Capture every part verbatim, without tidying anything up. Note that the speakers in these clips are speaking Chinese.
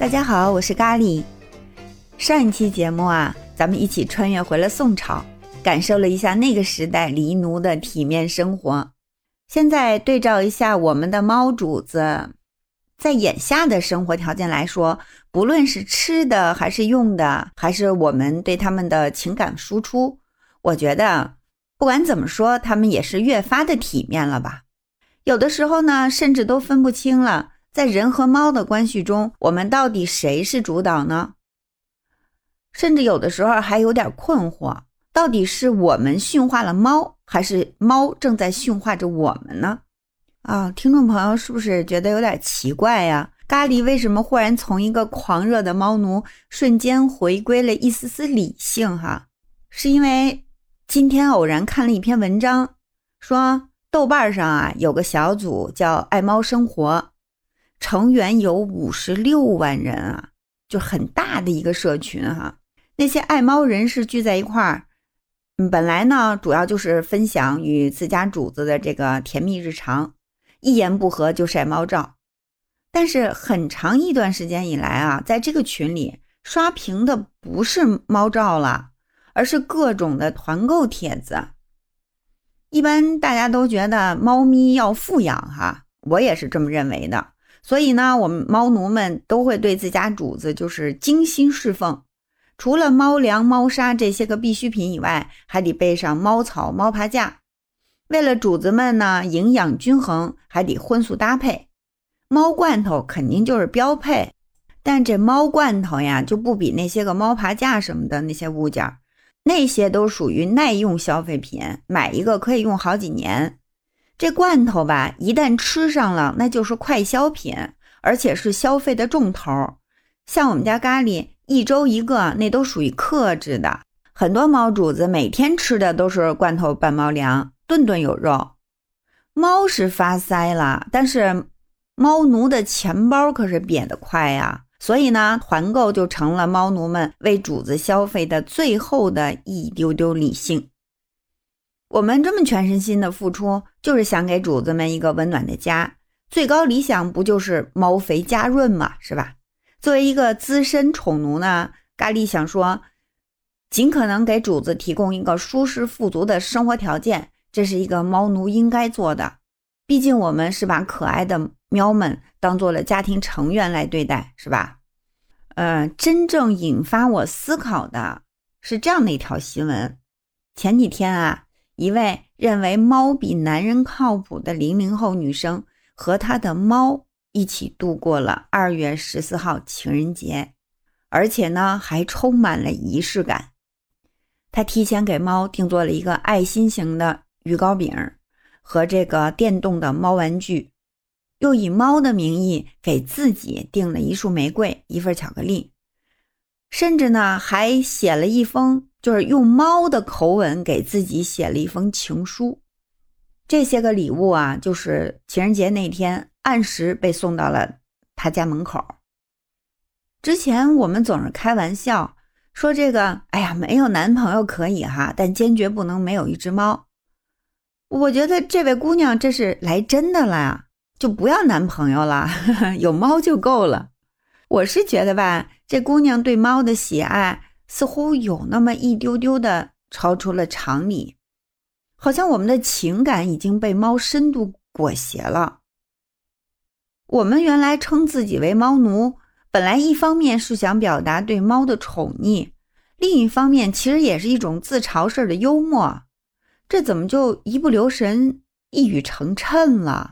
大家好，我是咖喱。上一期节目啊，咱们一起穿越回了宋朝，感受了一下那个时代黎奴的体面生活。现在对照一下我们的猫主子，在眼下的生活条件来说，不论是吃的还是用的，还是我们对他们的情感输出，我觉得不管怎么说，他们也是越发的体面了吧。有的时候呢，甚至都分不清了，在人和猫的关系中，我们到底谁是主导呢？甚至有的时候还有点困惑，到底是我们驯化了猫，还是猫正在驯化着我们呢？啊，听众朋友是不是觉得有点奇怪呀？咖喱为什么忽然从一个狂热的猫奴瞬间回归了一丝丝理性哈？是因为今天偶然看了一篇文章，说豆瓣上啊有个小组叫爱猫生活，成员有五十六万人啊，就很大的一个社群哈。那些爱猫人士聚在一块儿，本来呢主要就是分享与自家主子的这个甜蜜日常，一言不合就晒猫照。但是很长一段时间以来啊，在这个群里刷屏的不是猫照了，而是各种的团购帖子。一般大家都觉得猫咪要富养哈，我也是这么认为的。所以呢，我们猫奴们都会对自家主子就是精心侍奉，除了猫粮、猫砂这些个必需品以外，还得备上猫草、猫爬架。为了主子们呢营养均衡，还得荤素搭配。猫罐头肯定就是标配，但这猫罐头呀就不比那些个猫爬架什么的那些物件，那些都属于耐用消费品，买一个可以用好几年。这罐头吧，一旦吃上了，那就是快消品，而且是消费的重头。像我们家咖喱，一周一个，那都属于克制的。很多猫主子每天吃的都是罐头拌猫粮，顿顿有肉。猫是发腮了，但是猫奴的钱包可是瘪得快呀。所以呢，团购就成了猫奴们为主子消费的最后的一丢丢理性。我们这么全身心的付出，就是想给主子们一个温暖的家，最高理想不就是猫肥家润嘛，是吧？作为一个资深宠奴呢，咖喱想说，尽可能给主子提供一个舒适富足的生活条件，这是一个猫奴应该做的。毕竟我们是把可爱的喵们当做了家庭成员来对待，是吧？呃，真正引发我思考的是这样的一条新闻。前几天啊，一位认为猫比男人靠谱的零零后女生和她的猫一起度过了二月十四号情人节，而且呢还充满了仪式感。她提前给猫定做了一个爱心型的鱼糕饼和这个电动的猫玩具，又以猫的名义给自己订了一束玫瑰，一份巧克力，甚至呢还写了一封，就是用猫的口吻给自己写了一封情书。这些个礼物啊，就是情人节那天按时被送到了他家门口。之前我们总是开玩笑说这个，哎呀，没有男朋友可以哈，但坚决不能没有一只猫。我觉得这位姑娘这是来真的了呀，就不要男朋友了，呵呵，有猫就够了。我是觉得吧，这姑娘对猫的喜爱似乎有那么一丢丢的超出了常理，好像我们的情感已经被猫深度裹挟了。我们原来称自己为猫奴，本来一方面是想表达对猫的宠溺，另一方面其实也是一种自嘲式的幽默，这怎么就一不留神一语成谶了？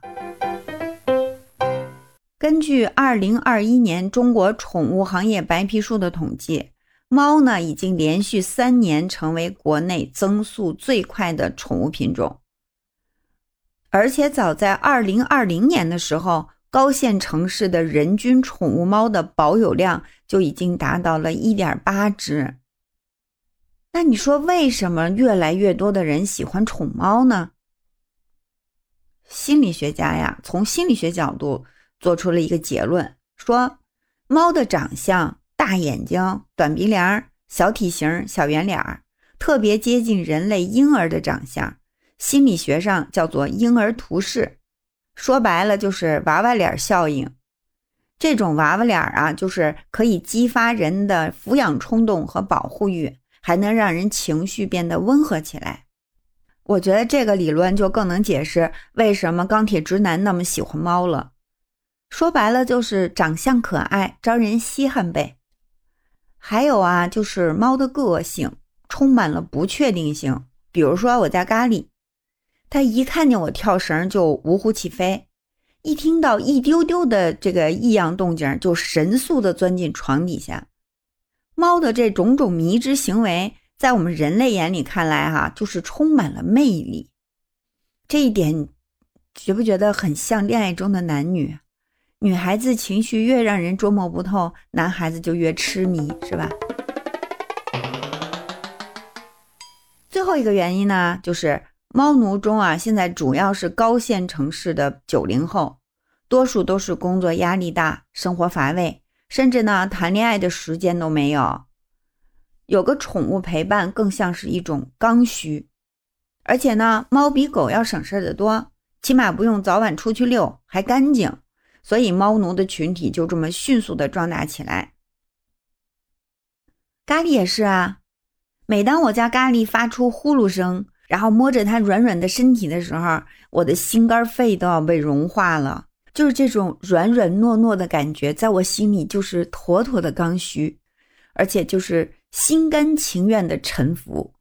根据二零二一年中国宠物行业白皮书的统计，猫呢已经连续三年成为国内增速最快的宠物品种。而且早在二零二零年的时候，高县城市的人均宠物猫的保有量就已经达到了 一点八 只。那你说为什么越来越多的人喜欢宠猫呢？心理学家呀，从心理学角度做出了一个结论，说猫的长相，大眼睛、短鼻梁、小体型、小圆脸，特别接近人类婴儿的长相，心理学上叫做婴儿图式，说白了就是娃娃脸效应。 这种娃娃脸啊，就是可以激发人的抚养冲动和保护欲，还能让人情绪变得温和起来。我觉得这个理论就更能解释为什么钢铁直男那么喜欢猫了。说白了就是长相可爱，招人稀罕呗。还有啊，就是猫的个性充满了不确定性。比如说我家咖喱，它一看见我跳绳就呜呼起飞，一听到一丢丢的这个异样动静就神速的钻进床底下。猫的这种种迷之行为在我们人类眼里看来哈、啊，就是充满了魅力。这一点觉不觉得很像恋爱中的男女？女孩子情绪越让人捉摸不透，男孩子就越痴迷，是吧？最后一个原因呢，就是猫奴中啊，现在主要是高线城市的九零后，多数都是工作压力大，生活乏味，甚至呢谈恋爱的时间都没有。有个宠物陪伴更像是一种刚需。而且呢，猫比狗要省事的多，起码不用早晚出去遛，还干净，所以猫奴的群体就这么迅速的壮大起来。咖喱也是啊，每当我家咖喱发出呼噜声，然后摸着它软软的身体的时候，我的心肝肺都要被融化了。就是这种软软糯糯的感觉，在我心里就是妥妥的刚需，而且就是心甘情愿的臣服。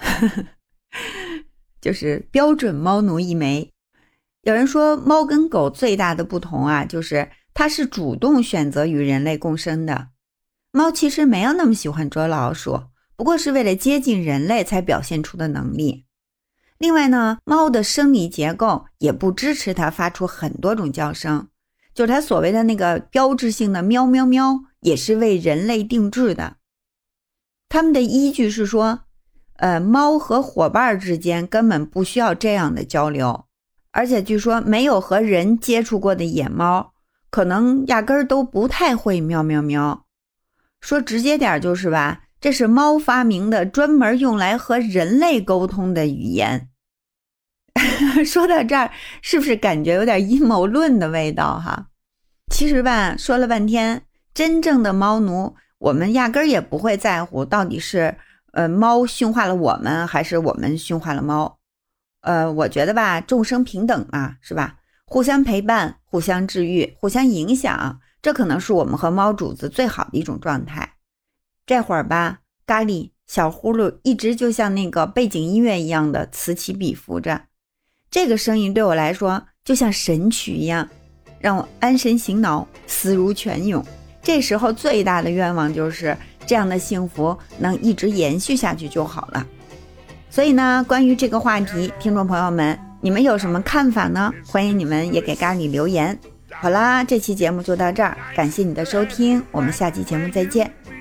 就是标准猫奴一枚。有人说猫跟狗最大的不同啊，就是它是主动选择与人类共生的。猫其实没有那么喜欢捉老鼠，不过是为了接近人类才表现出的能力。另外呢，猫的生理结构也不支持它发出很多种叫声，就是它所谓的那个标志性的喵喵喵也是为人类定制的。他们的依据是说，呃，猫和伙伴之间根本不需要这样的交流，而且据说没有和人接触过的野猫可能压根儿都不太会喵喵喵。说直接点就是吧，这是猫发明的专门用来和人类沟通的语言。说到这儿，是不是感觉有点阴谋论的味道哈？其实吧，说了半天，真正的猫奴，我们压根儿也不会在乎到底是呃猫驯化了我们，还是我们驯化了猫。呃，我觉得吧，众生平等嘛，是吧？互相陪伴，互相治愈，互相影响，这可能是我们和猫主子最好的一种状态。这会儿吧，咖喱、小呼噜一直就像那个背景音乐一样的此起彼伏着。这个声音对我来说就像神曲一样，让我安神醒脑，思如泉涌。这时候最大的愿望就是这样的幸福能一直延续下去就好了。所以呢，关于这个话题，听众朋友们，你们有什么看法呢？欢迎你们也给咖喱留言。好啦，这期节目就到这儿，感谢你的收听，我们下期节目再见。